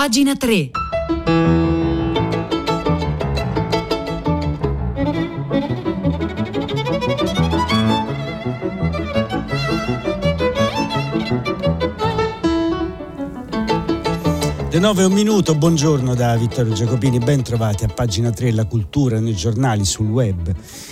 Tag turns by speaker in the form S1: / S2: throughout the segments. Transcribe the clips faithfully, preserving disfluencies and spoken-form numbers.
S1: Pagina tre.
S2: Le nove e un minuto, buongiorno da Vittorio Giacopini, ben trovati a Pagina tre, la cultura nei giornali, sul web,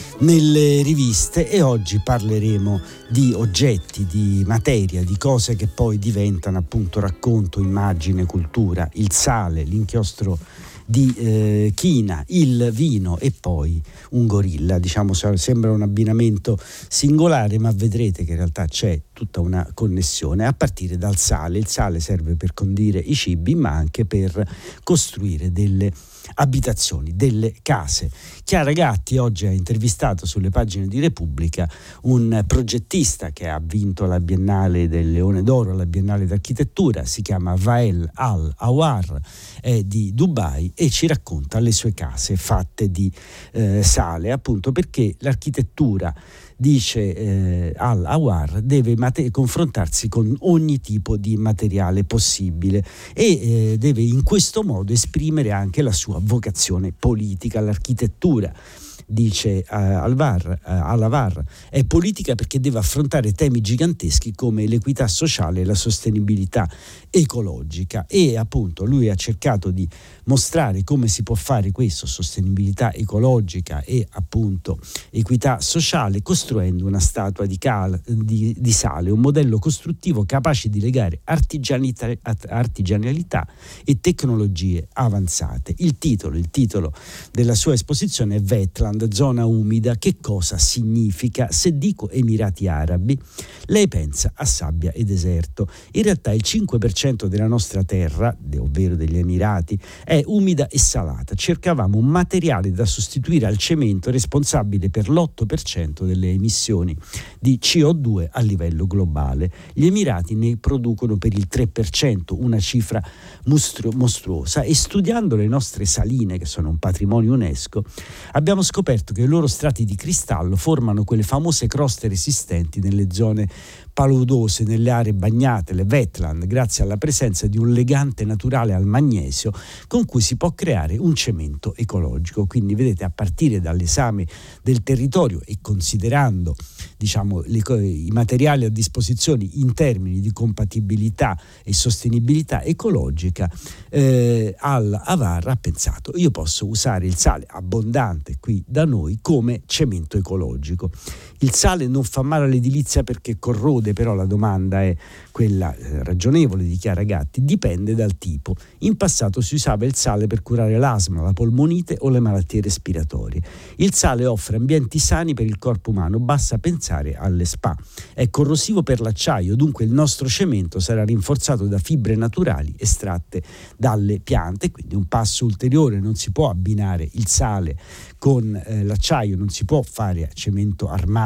S2: nelle riviste, e oggi parleremo di oggetti, di materia, di cose che poi diventano appunto racconto, immagine, cultura, il sale, l'inchiostro di eh, china, il vino e poi un gorilla. Diciamo, sembra un abbinamento singolare, ma vedrete che in realtà c'è tutta una connessione a partire dal sale. Il sale serve per condire i cibi, ma anche per costruire delle abitazioni, delle case. Chiara Gatti oggi ha intervistato sulle pagine di Repubblica un progettista che ha vinto la Biennale del Leone d'Oro, la Biennale d'Architettura, si chiama Wael Al-Awar, è di Dubai e ci racconta le sue case fatte di eh, sale, appunto perché l'architettura, dice eh, Al-Awar, deve mate- confrontarsi con ogni tipo di materiale possibile e eh, deve in questo modo esprimere anche la sua vocazione politica. L'architettura, dice uh, Al-Awar, uh, Al-Awar, è politica perché deve affrontare temi giganteschi come l'equità sociale e la sostenibilità ecologica, e appunto lui ha cercato di mostrare come si può fare questo, sostenibilità ecologica e appunto equità sociale, costruendo una statua di, cal- di, di sale, un modello costruttivo capace di legare artigianità, artigianalità e tecnologie avanzate. Il titolo, il titolo della sua esposizione è Wetland, zona umida. Che cosa significa? Se dico Emirati Arabi, lei pensa a sabbia e deserto. In realtà il cinque per cento della nostra terra, ovvero degli Emirati, è umida e salata. Cercavamo un materiale da sostituire al cemento, responsabile per l'otto per cento delle emissioni di C O due a livello globale. Gli Emirati ne producono per il tre per cento, una cifra mostru- mostruosa, e studiando le nostre saline, che sono un patrimonio UNESCO, abbiamo scoperto che i loro strati di cristallo formano quelle famose croste resistenti nelle zone paludose, nelle aree bagnate, le wetland, grazie alla presenza di un legante naturale al magnesio con cui si può creare un cemento ecologico. Quindi vedete, a partire dall'esame del territorio e considerando, diciamo, le, i materiali a disposizione in termini di compatibilità e sostenibilità ecologica, eh, Al-Awar ha pensato: io posso usare il sale abbondante qui da noi come cemento ecologico. Il sale non fa male all'edilizia perché corrode, però la domanda è quella eh, ragionevole di Chiara Gatti: dipende dal tipo. In passato si usava il sale per curare l'asma, la polmonite o le malattie respiratorie. Il sale offre ambienti sani per il corpo umano, basta pensare alle spa. È corrosivo per l'acciaio, dunque il nostro cemento sarà rinforzato da fibre naturali estratte dalle piante, quindi un passo ulteriore. Non si può abbinare il sale con eh, l'acciaio, non si può fare cemento armato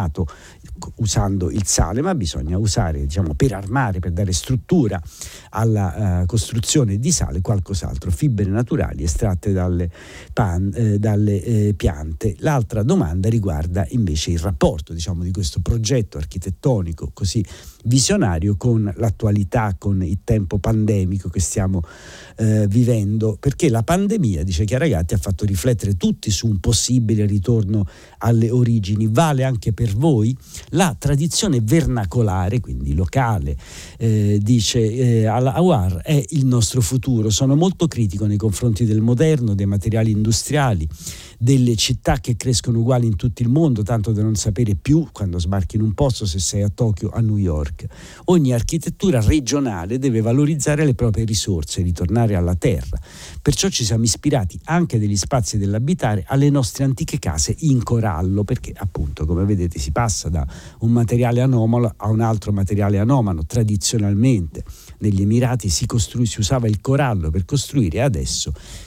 S2: usando il sale, ma bisogna usare, diciamo, per armare, per dare struttura alla uh, costruzione di sale, qualcos'altro, fibre naturali estratte dalle, pan, eh, dalle eh, piante. L'altra domanda riguarda invece il rapporto, diciamo, di questo progetto architettonico così visionario con l'attualità, con il tempo pandemico che stiamo eh, vivendo, perché la pandemia, dice Chiara Gatti, ha fatto riflettere tutti su un possibile ritorno alle origini. Vale anche per voi? La tradizione vernacolare, quindi locale, eh, dice eh, Al-Awar, è il nostro futuro. Sono molto critico nei confronti del moderno, dei materiali industriali, delle città che crescono uguali in tutto il mondo, tanto da non sapere più, quando sbarchi in un posto, se sei a Tokyo o a New York. Ogni architettura regionale deve valorizzare le proprie risorse, ritornare alla terra. Perciò ci siamo ispirati anche degli spazi dell'abitare alle nostre antiche case in corallo, perché appunto, come vedete, si passa da un materiale anomalo a un altro materiale anomalo. Tradizionalmente negli Emirati si, costrui, si usava il corallo per costruire, e adesso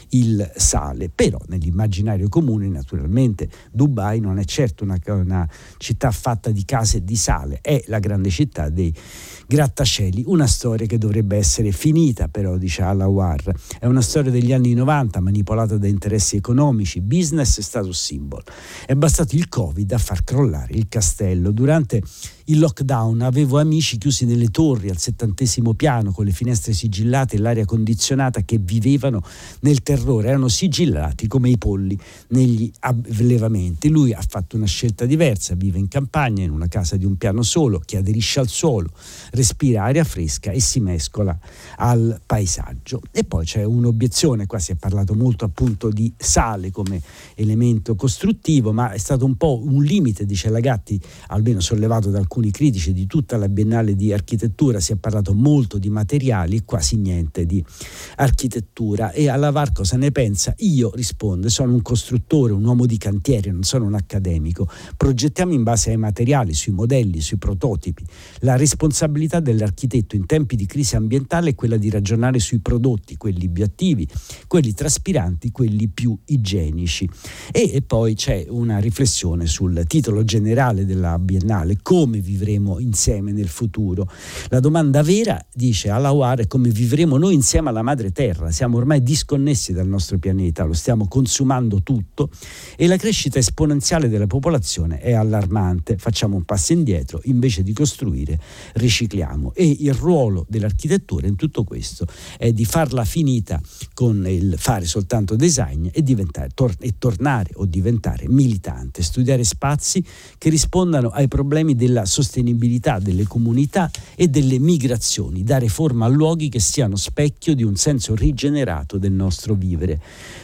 S2: il sale. Però nell'immaginario comune naturalmente Dubai non è certo una, una città fatta di case di sale, è la grande città dei grattacieli, una storia che dovrebbe essere finita, però, dice Al-Awar. È una storia degli anni novanta manipolata da interessi economici, business e status symbol. È bastato il Covid a far crollare il castello. Durante il lockdown avevo amici chiusi nelle torri al settantesimo piano con le finestre sigillate e l'aria condizionata che vivevano nel terrore, erano sigillati come i polli negli allevamenti. Lui ha fatto una scelta diversa, vive in campagna in una casa di un piano solo che aderisce al suolo, respira aria fresca e si mescola al paesaggio. E poi c'è un'obiezione, qua si è parlato molto appunto di sale come elemento costruttivo, ma è stato un po' un limite, dice Lagatti, almeno sollevato da alcuni critici di tutta la Biennale di Architettura. Si è parlato molto di materiali e quasi niente di architettura. E Al-Awar cosa ne pensa? Io, risponde, sono un costruttore, un uomo di cantiere, non sono un accademico. Progettiamo in base ai materiali, sui modelli, sui prototipi. La responsabilità dell'architetto in tempi di crisi ambientale è quella di ragionare sui prodotti, quelli bioattivi, quelli traspiranti, quelli più igienici. E, e poi c'è una riflessione sul titolo generale della Biennale: come vivremo insieme nel futuro. La domanda vera, dice Al-Awar, è come vivremo noi insieme alla madre terra. Siamo ormai disconnessi dal nostro pianeta, lo stiamo consumando tutto e la crescita esponenziale della popolazione è allarmante. Facciamo un passo indietro, invece di costruire ricicliamo. E il ruolo dell'architettura in tutto questo è di farla finita con il fare soltanto design e diventare tor- e tornare o diventare militante, studiare spazi che rispondano ai problemi della sostenibilità delle comunità e delle migrazioni, dare forma a luoghi che siano specchio di un senso rigenerato del nostro vivere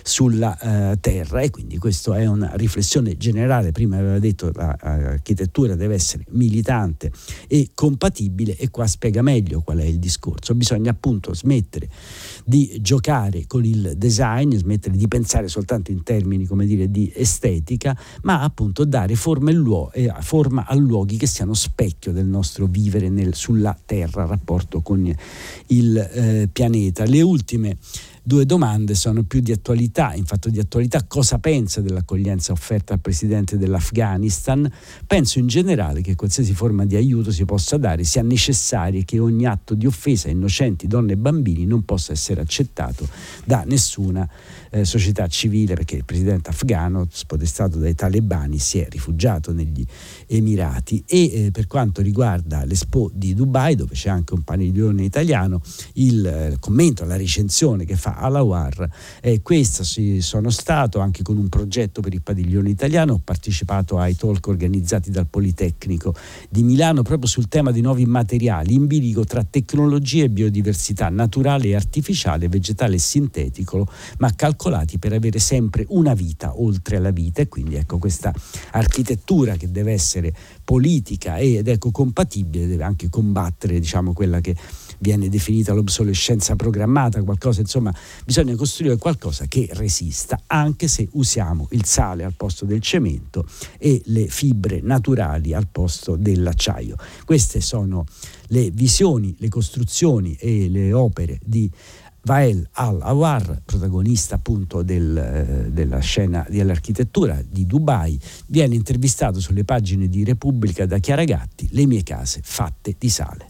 S2: sulla eh, terra. E quindi questa è una riflessione generale. Prima aveva detto l'architettura deve essere militante e compatibile, e qua spiega meglio qual è il discorso. Bisogna appunto smettere di giocare con il design, smettere di pensare soltanto in termini, come dire, di estetica, ma appunto dare forma, e luo- e forma a luoghi che siano specchio del nostro vivere nel, sulla terra, rapporto con il eh, pianeta. Le ultime due domande sono più di attualità. In fatto di attualità, cosa pensa dell'accoglienza offerta al presidente dell'Afghanistan? Penso in generale che qualsiasi forma di aiuto si possa dare sia necessaria e che ogni atto di offesa a innocenti, donne e bambini non possa essere accettato da nessuna eh, società civile, perché il presidente afghano, spodestato dai talebani, si è rifugiato negli Emirati. E eh, per quanto riguarda l'Expo di Dubai, dove c'è anche un padiglione italiano, il eh, commento, la recensione che fa Al-Awar è questa: ci sono stato anche con un progetto per il padiglione italiano, ho partecipato ai talk organizzati dal Politecnico di Milano proprio sul tema dei nuovi materiali, in bilico tra tecnologia e biodiversità naturale e artificiale, vegetale e sintetico, ma calcolati per avere sempre una vita oltre alla vita. E quindi ecco, questa architettura che deve essere politica ed ecocompatibile deve anche combattere, diciamo, quella che viene definita l'obsolescenza programmata, qualcosa, insomma, bisogna costruire qualcosa che resista, anche se usiamo il sale al posto del cemento e le fibre naturali al posto dell'acciaio. Queste sono le visioni, le costruzioni e le opere di Wael Al-Awar, protagonista appunto del, della scena dell'architettura di Dubai. Viene intervistato sulle pagine di Repubblica da Chiara Gatti, Le mie case fatte di sale.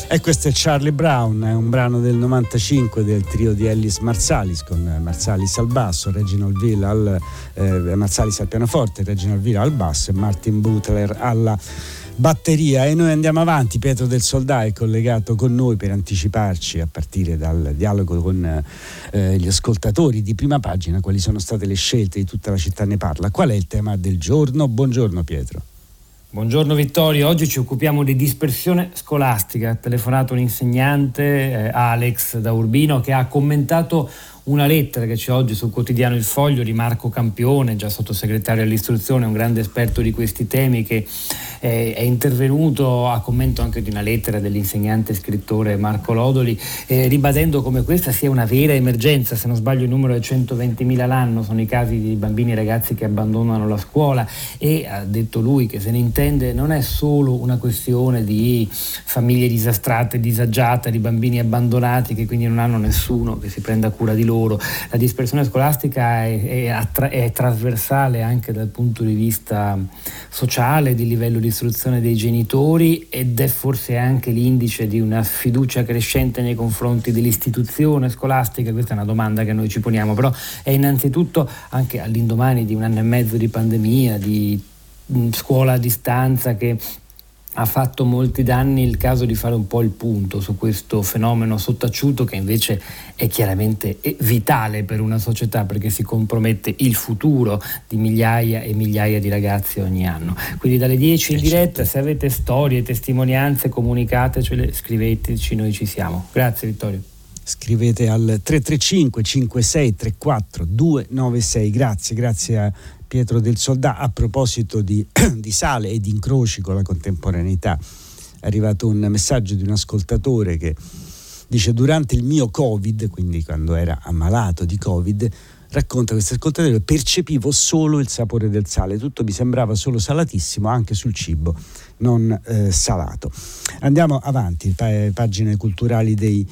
S2: E questo è Charlie Brown, è un brano del novantacinque del trio di Ellis Marsalis, con Marsalis al basso, Reginald Ville al eh, Marsalis al pianoforte, Reginald Ville al basso e Martin Butler alla batteria. E noi andiamo avanti. Pietro del Soldà è collegato con noi per anticiparci, a partire dal dialogo con eh, gli ascoltatori di Prima Pagina, quali sono state le scelte di Tutta la città ne parla. Qual è il tema del giorno? Buongiorno Pietro.
S1: Buongiorno Vittorio, oggi ci occupiamo di dispersione scolastica. Ha telefonato un insegnante, eh, Alex da Urbino, che ha commentato una lettera che c'è oggi sul quotidiano Il Foglio di Marco Campione, già sottosegretario all'istruzione, un grande esperto di questi temi, che eh, è intervenuto a commento anche di una lettera dell'insegnante e scrittore Marco Lodoli, eh, ribadendo come questa sia una vera emergenza. Se non sbaglio il numero è centoventimila l'anno, sono i casi di bambini e ragazzi che abbandonano la scuola, e ha detto lui che se ne intende non è solo una questione di famiglie disastrate, disagiate, di bambini abbandonati che quindi non hanno nessuno che si prenda cura di loro. La dispersione scolastica è, è, attra- è trasversale anche dal punto di vista sociale, di livello di istruzione dei genitori, ed è forse anche l'indice di una fiducia crescente nei confronti dell'istituzione scolastica. Questa è una domanda che noi ci poniamo, però è innanzitutto anche all'indomani di un anno e mezzo di pandemia, di scuola a distanza che ha fatto molti danni, il caso di fare un po' il punto su questo fenomeno sottaciuto, che invece è chiaramente vitale per una società, perché si compromette il futuro di migliaia e migliaia di ragazzi ogni anno. Quindi dalle dieci in diretta, se avete storie, testimonianze, comunicatecele, scriveteci, noi ci siamo. Grazie Vittorio.
S2: Scrivete al tre tre cinque cinque sei tre quattro due nove sei. Grazie, grazie a Pietro del Soldà. A proposito di, di sale e di incroci con la contemporaneità, è arrivato un messaggio di un ascoltatore che dice: durante il mio Covid, quindi quando era ammalato di Covid, racconta questo ascoltatore, percepivo solo il sapore del sale, tutto mi sembrava solo salatissimo, anche sul cibo non eh, salato. Andiamo avanti, pa- pagine culturali dei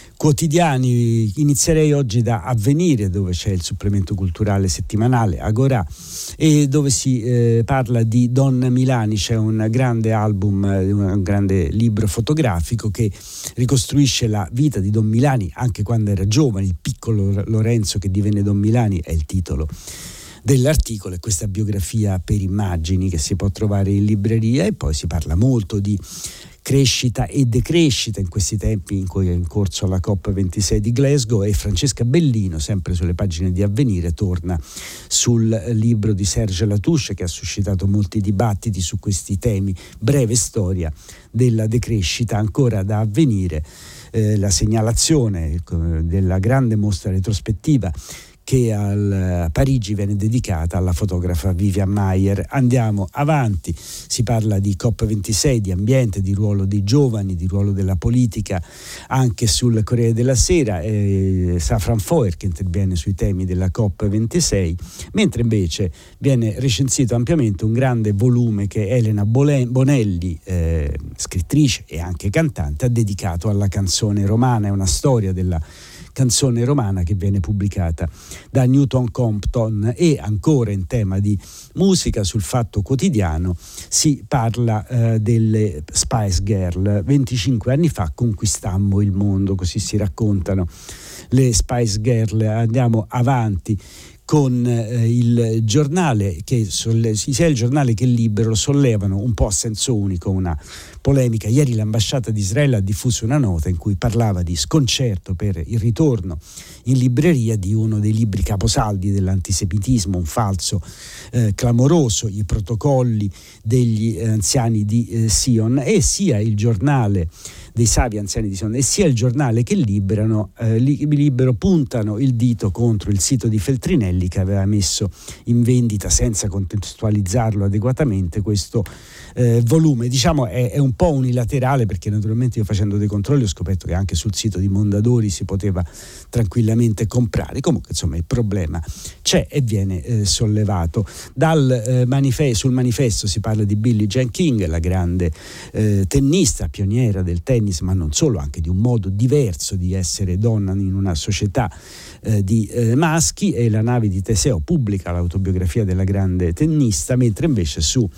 S2: quotidiani. Inizierei oggi da Avvenire, dove c'è il supplemento culturale settimanale Agorà, e dove si eh, parla di Don Milani. C'è un grande album, un grande libro fotografico che ricostruisce la vita di Don Milani anche quando era giovane. Il piccolo Lorenzo che divenne Don Milani è il titolo dell'articolo, e questa biografia per immagini che si può trovare in libreria. E poi si parla molto di crescita e decrescita in questi tempi in cui è in corso la COP ventisei di Glasgow, e Francesca Bellino, sempre sulle pagine di Avvenire, torna sul libro di Serge Latouche che ha suscitato molti dibattiti su questi temi. Breve storia della decrescita. Ancora da Avvenire eh, la segnalazione della grande mostra retrospettiva che a Parigi viene dedicata alla fotografa Vivian Maier. Andiamo avanti, si parla di COP ventisei, di ambiente, di ruolo dei giovani, di ruolo della politica, anche sul Corriere della Sera. Eh, Safran Foer che interviene sui temi della COP ventisei, mentre invece viene recensito ampiamente un grande volume che Elena Bonelli, eh, scrittrice e anche cantante, ha dedicato alla canzone romana. È una storia della canzone romana che viene pubblicata da Newton Compton. E ancora in tema di musica, sul Fatto Quotidiano si parla eh, delle Spice Girl. venticinque anni fa conquistammo il mondo, così si raccontano le Spice Girl. Andiamo avanti con eh, il giornale che solle- sia il giornale che il Libero sollevano un po' a senso unico una polemica. Ieri l'ambasciata di Israele ha diffuso una nota in cui parlava di sconcerto per il ritorno in libreria di uno dei libri caposaldi dell'antisemitismo, un falso eh, clamoroso, I protocolli degli eh, anziani di eh, Sion, e sia il giornale dei savi anziani di Sion e sia il giornale che liberano, eh, Libero puntano il dito contro il sito di Feltrinelli, che aveva messo in vendita, senza contestualizzarlo adeguatamente, questo eh, volume. Diciamo è, è un po' unilaterale, perché naturalmente io, facendo dei controlli, ho scoperto che anche sul sito di Mondadori si poteva tranquillamente comprare. Comunque insomma il problema c'è e viene eh, sollevato. Dal, eh, manifesto, sul manifesto si parla di Billie Jean King, la grande eh, tennista, pioniera del tennis, ma non solo, anche di un modo diverso di essere donna in una società eh, di eh, maschi. E La nave di Teseo pubblica l'autobiografia della grande tennista, mentre invece su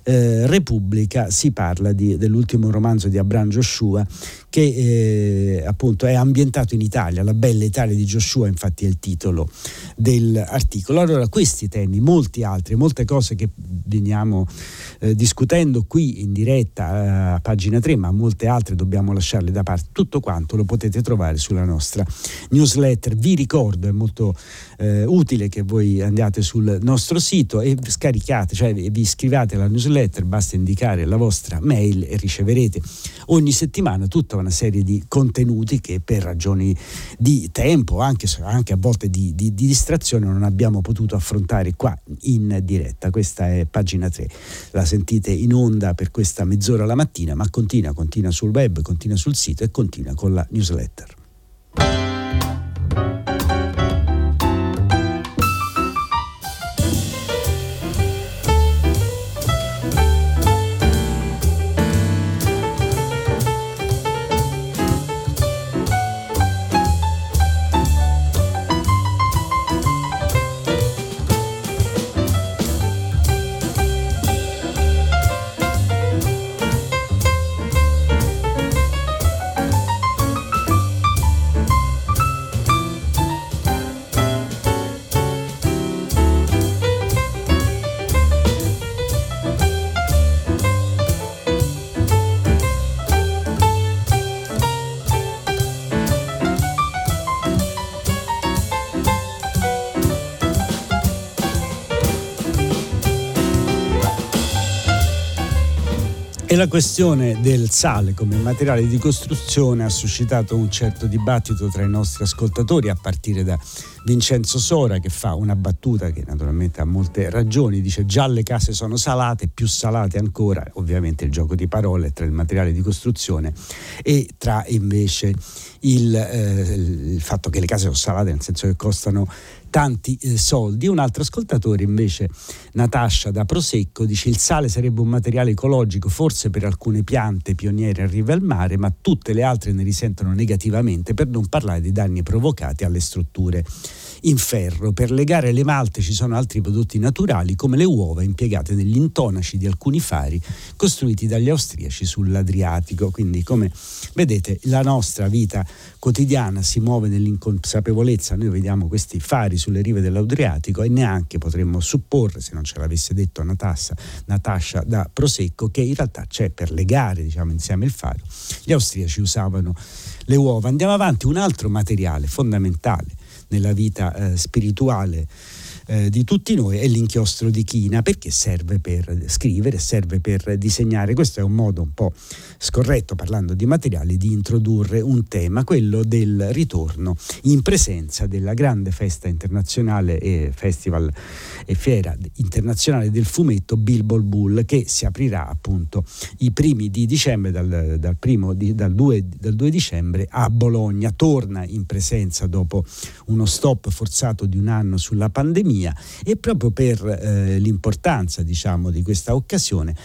S2: eh, Repubblica si parla di, dell'ultimo romanzo di Abraham Joshua, che eh, appunto è ambientato in Italia, la bella Italia di Joshua, infatti è il titolo dell'articolo. Allora, questi temi, molti altri, molte cose che veniamo eh, discutendo qui in diretta eh, a pagina tre, ma molte altre dobbiamo lasciarle da parte, tutto quanto lo potete trovare sulla nostra newsletter. Vi ricordo, è molto eh, utile che voi andiate sul nostro sito e scaricate, cioè vi iscrivate alla newsletter, basta indicare la vostra mail e riceverete ogni settimana tutta una serie di contenuti che per ragioni di tempo, anche, anche a volte di, di, di distrazione, non abbiamo potuto affrontare qua in diretta. Questa è pagina tre, la sentite in onda per questa mezz'ora la mattina, ma continua, continua sul web, continua sul sito e continua con la newsletter. E la questione del sale come materiale di costruzione ha suscitato un certo dibattito tra i nostri ascoltatori, a partire da Vincenzo Sora, che fa una battuta che naturalmente ha molte ragioni, dice: già le case sono salate, più salate ancora, ovviamente il gioco di parole tra il materiale di costruzione e tra invece il, eh, il fatto che le case sono salate, nel senso che costano tanti eh, soldi. Un altro ascoltatore invece, Natascia da Prosecco, dice: il sale sarebbe un materiale ecologico forse per alcune piante pioniere in riva al mare, ma tutte le altre ne risentono negativamente, per non parlare dei danni provocati alle strutture in ferro. Per legare le malte ci sono altri prodotti naturali come le uova impiegate negli intonaci di alcuni fari costruiti dagli austriaci sull'Adriatico. Quindi, come vedete, la nostra vita quotidiana si muove nell'inconsapevolezza. Noi vediamo questi fari sulle rive dell'Adriatico e neanche potremmo supporre, se non ce l'avesse detto Natascia, Natascia da Prosecco, che in realtà c'è, per legare, diciamo, insieme il faro. Gli austriaci usavano le uova. Andiamo avanti. Un altro materiale fondamentale nella vita eh, spirituale eh, di tutti noi è l'inchiostro di china, perché serve per scrivere, serve per disegnare. Questo è un modo un po' scorretto, parlando di materiali, di introdurre un tema, quello del ritorno in presenza della grande festa internazionale e festival e fiera internazionale del fumetto Bilbo Bull, che si aprirà appunto i primi di dicembre, dal, dal, primo di, dal, due, dal due dicembre a Bologna. Torna in presenza dopo uno stop forzato di un anno sulla pandemia, e proprio per eh, l'importanza, diciamo, di questa occasione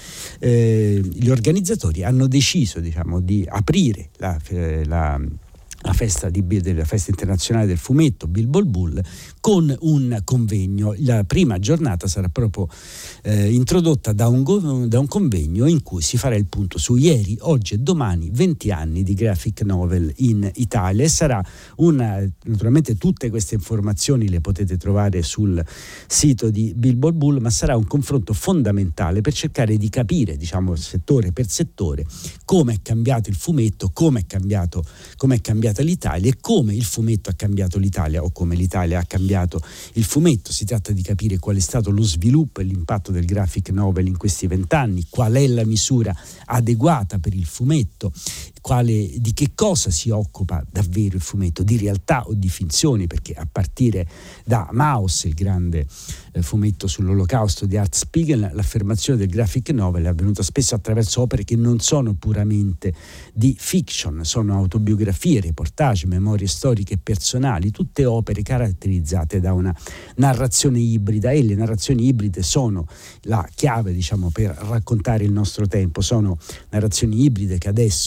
S2: eh, gli organizzatori hanno deciso, diciamo, di aprire la, eh, la la festa, di, della festa internazionale del fumetto Bilbo Bull con un convegno. La prima giornata sarà proprio eh, introdotta da un, da un convegno in cui si farà il punto su ieri, oggi e domani venti anni di graphic novel in Italia, e sarà una, naturalmente tutte queste informazioni le potete trovare sul sito di Bilbo Bull, ma sarà un confronto fondamentale per cercare di capire, diciamo, settore per settore, come è cambiato il fumetto, come è cambiato, come è cambiato l'Italia e come il fumetto ha cambiato l'Italia, o come l'Italia ha cambiato il fumetto. Si tratta di capire qual è stato lo sviluppo e l'impatto del graphic novel in questi vent'anni, qual è la misura adeguata per il fumetto, quale, di che cosa si occupa davvero il fumetto, di realtà o di finzioni, perché a partire da Maus, il grande eh, fumetto sull'Olocausto di Art Spiegelman, l'affermazione del graphic novel è avvenuta spesso attraverso opere che non sono puramente di fiction, sono autobiografie, reportage, memorie storiche e personali, tutte opere caratterizzate da una narrazione ibrida, e le narrazioni ibride sono la chiave, diciamo, per raccontare il nostro tempo. Sono narrazioni ibride che adesso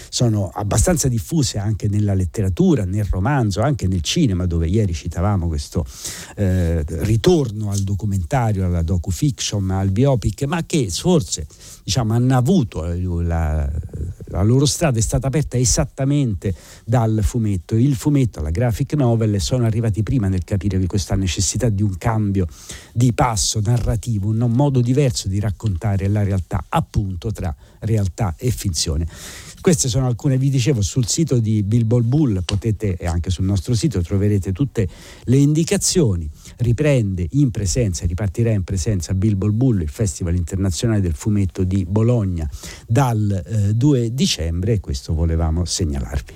S2: sono abbastanza diffuse anche nella letteratura, nel romanzo, anche nel cinema, dove ieri citavamo questo eh, ritorno al documentario, alla docufiction, al biopic, ma che forse diciamo hanno avuto la, la loro strada è stata aperta esattamente dal fumetto. Il fumetto, la graphic novel, sono arrivati prima nel capire che questa necessità di un cambio di passo narrativo, un modo diverso di raccontare la realtà, appunto tra realtà e finzione. Queste sono alcune, vi dicevo, sul sito di Bilbo Bull potete, e anche sul nostro sito troverete tutte le indicazioni. Riprende in presenza, ripartirà in presenza Bilbo Bull, il Festival Internazionale del Fumetto di Bologna, dal eh, due dicembre, e questo volevamo segnalarvi.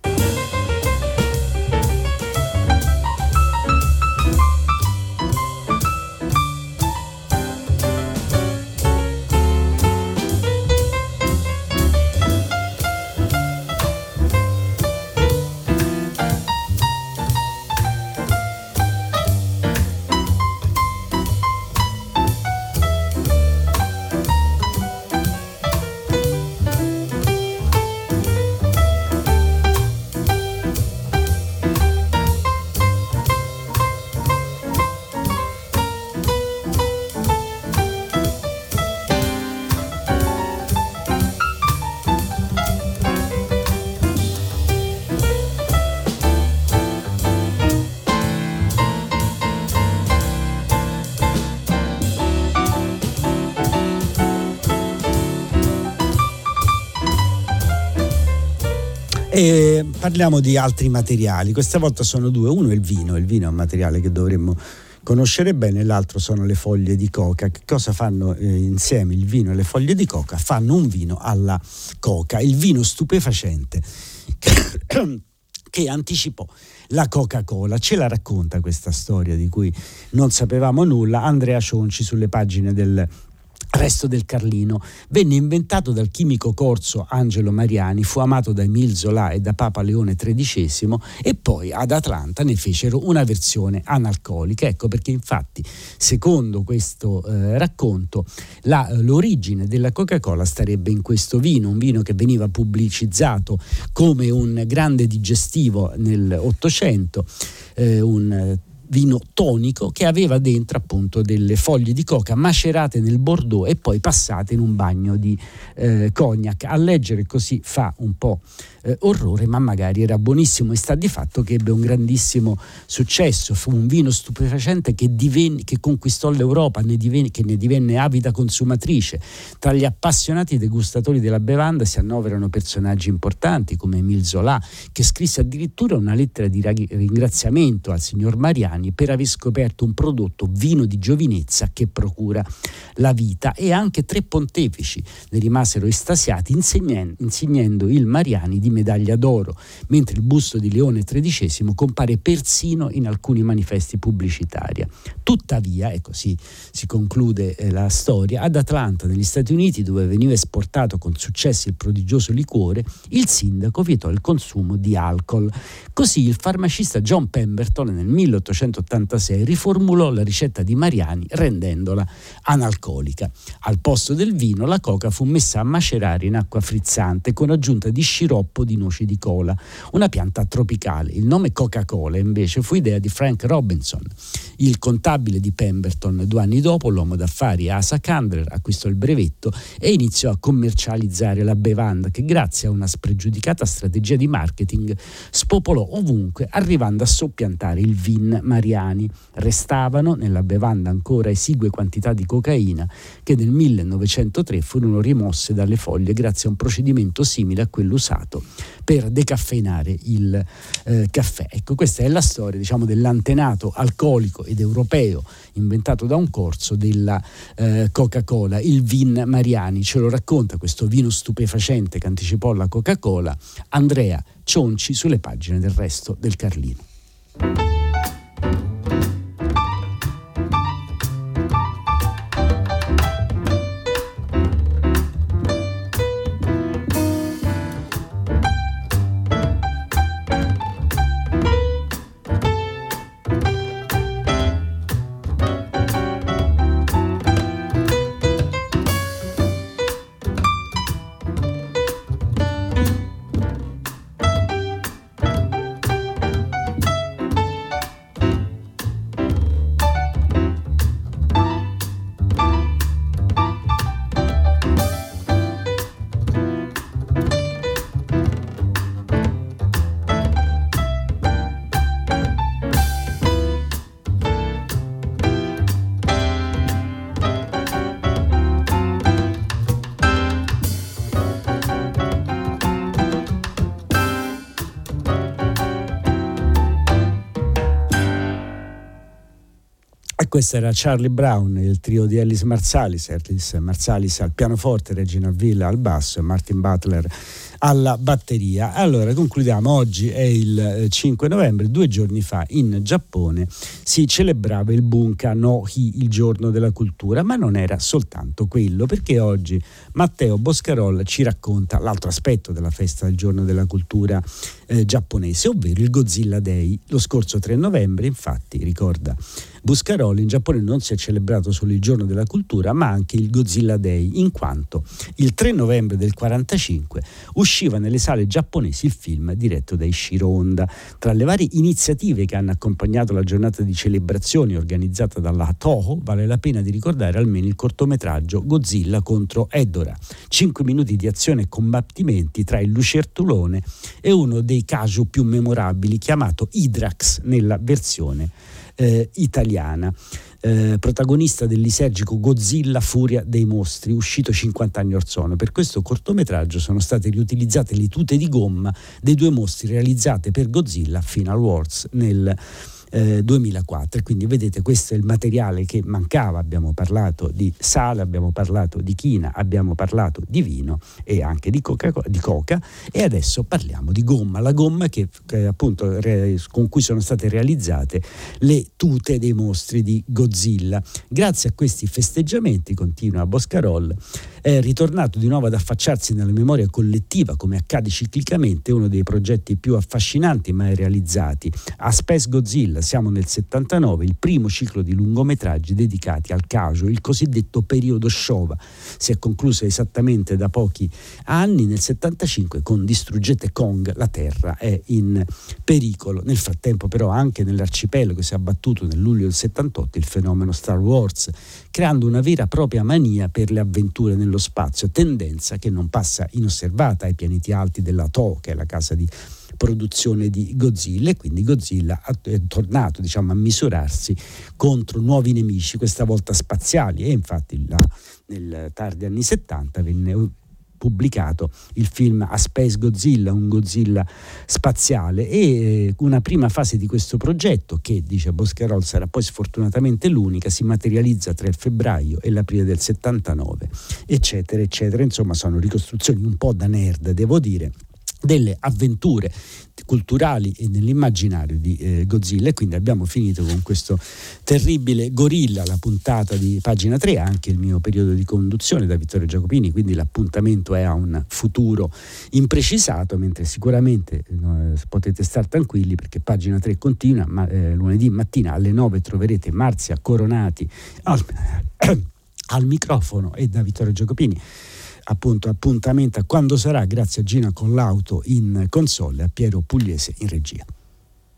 S2: E parliamo di altri materiali, questa volta sono due, uno è il vino, il vino è un materiale che dovremmo conoscere bene, l'altro sono le foglie di coca. Che cosa fanno eh, insieme il vino e le foglie di coca? Fanno un vino alla coca, il vino stupefacente che, che anticipò la Coca-Cola. Ce la racconta questa storia di cui non sapevamo nulla Andrea Cionci sulle pagine del Resto del Carlino. Venne inventato dal chimico corso Angelo Mariani, fu amato da Émile Zola e da Papa Leone tredicesimo, e poi ad Atlanta ne fecero una versione analcolica. Ecco perché infatti, secondo questo eh, racconto, la, l'origine della Coca-Cola starebbe in questo vino, un vino che veniva pubblicizzato come un grande digestivo nell'Ottocento, eh, un vino tonico che aveva dentro appunto delle foglie di coca macerate nel Bordeaux e poi passate in un bagno di eh, cognac. A leggere così fa un po' eh, orrore, ma magari era buonissimo, e sta di fatto che ebbe un grandissimo successo. Fu un vino stupefacente che, divenne, che conquistò l'Europa, ne divenne, che ne divenne avida consumatrice. Tra gli appassionati degustatori della bevanda si annoverano personaggi importanti come Émile Zola, che scrisse addirittura una lettera di ringraziamento al signor Mariani per aver scoperto un prodotto, vino di giovinezza, che procura la vita. E anche tre pontefici ne rimasero estasiati, insegnando il Mariani di medaglia d'oro, mentre il busto di Leone tredicesimo compare persino in alcuni manifesti pubblicitari. Tuttavia, e così si conclude eh, la storia, ad Atlanta, negli Stati Uniti, dove veniva esportato con successo il prodigioso liquore, il sindaco vietò il consumo di alcol. Così il farmacista John Pemberton nel milleottocentottantasei riformulò la ricetta di Mariani rendendola analcolica. Al posto del vino la coca fu messa a macerare in acqua frizzante con aggiunta di sciroppo di noci di cola, una pianta tropicale. Il nome Coca-Cola invece fu idea di Frank Robinson, il contabile di Pemberton. Due anni dopo l'uomo d'affari Asa Candler acquistò il brevetto e iniziò a commercializzare la bevanda, che grazie a una spregiudicata strategia di marketing spopolò ovunque, arrivando a soppiantare il vin Mariani. Restavano nella bevanda ancora esigue quantità di cocaina che nel millenovecentotre furono rimosse dalle foglie grazie a un procedimento simile a quello usato per decaffeinare il eh, caffè. Ecco, questa è la storia, diciamo, dell'antenato alcolico ed europeo inventato da un corso della eh, Coca-Cola, il vin Mariani. Ce lo racconta questo vino stupefacente che anticipò la Coca-Cola Andrea Cionci sulle pagine del Resto del Carlino. questo era Charlie Brown, il trio di Ellis Marsalis, Ellis Marsalis al pianoforte, Reginald Villa al basso e Martin Butler alla batteria. Allora concludiamo, oggi è il cinque novembre, due giorni fa in Giappone si celebrava il Bunka no Hi, il giorno della cultura, ma non era soltanto quello, perché oggi Matteo Boscarol ci racconta l'altro aspetto della festa del giorno della cultura eh, giapponese, ovvero il Godzilla Day. Lo scorso tre novembre, infatti, ricorda Boscarol, in Giappone non si è celebrato solo il giorno della cultura ma anche il Godzilla Day, in quanto il tre novembre del quarantacinque usciva nelle sale giapponesi il film diretto da Ishiro Honda. Tra le varie iniziative che hanno accompagnato la giornata di celebrazioni organizzata dalla Toho vale la pena di ricordare almeno il cortometraggio Godzilla contro Hedorah, cinque minuti di azione e combattimenti tra il lucertolone e uno dei kaiju più memorabili chiamato Hydrax nella versione Eh, italiana, eh, protagonista del lisergico Godzilla Furia dei mostri, uscito cinquanta anni or sono. Per questo cortometraggio sono state riutilizzate le tute di gomma dei due mostri realizzate per Godzilla Final Wars nel Eh, duemilaquattro. Quindi vedete, questo è il materiale che mancava. Abbiamo parlato di sale, abbiamo parlato di china, abbiamo parlato di vino e anche di coca, di coca e adesso parliamo di gomma, la gomma che, che appunto re, con cui sono state realizzate le tute dei mostri di Godzilla. Grazie a questi festeggiamenti, continua Boscarol, è ritornato di nuovo ad affacciarsi nella memoria collettiva, come accade ciclicamente, uno dei progetti più affascinanti mai realizzati. A Space Godzilla siamo nel settantanove, il primo ciclo di lungometraggi dedicati al kaiju, il cosiddetto periodo Showa. Si è concluso esattamente da pochi anni, nel settantacinque, con Distruggete Kong, la Terra è in pericolo. Nel frattempo però anche nell'arcipelago si è abbattuto nel luglio del settantotto il fenomeno Star Wars, creando una vera e propria mania per le avventure nello spazio, tendenza che non passa inosservata ai pianeti alti della Toho, che è la casa di produzione di Godzilla, e quindi Godzilla è tornato, diciamo, a misurarsi contro nuovi nemici, questa volta spaziali, e infatti là, nel tardi anni settanta venne pubblicato il film A Space Godzilla, un Godzilla spaziale, e una prima fase di questo progetto, che dice Boscarol sarà poi sfortunatamente l'unica, si materializza tra il febbraio e l'aprile del settantanove, eccetera eccetera. Insomma, sono ricostruzioni un po' da nerd, devo dire, delle avventure culturali e nell'immaginario di eh, Godzilla. E quindi abbiamo finito con questo terribile gorilla, la puntata di pagina tre, anche il mio periodo di conduzione da Vittorio Giacopini, quindi l'appuntamento è a un futuro imprecisato, mentre sicuramente eh, potete stare tranquilli perché pagina tre continua, ma eh, lunedì mattina alle nove troverete Marzia Coronati al, al microfono e da Vittorio Giacopini. Appunto, appuntamento a quando sarà, grazie a Gina Collauto in console e a Piero Pugliese in regia.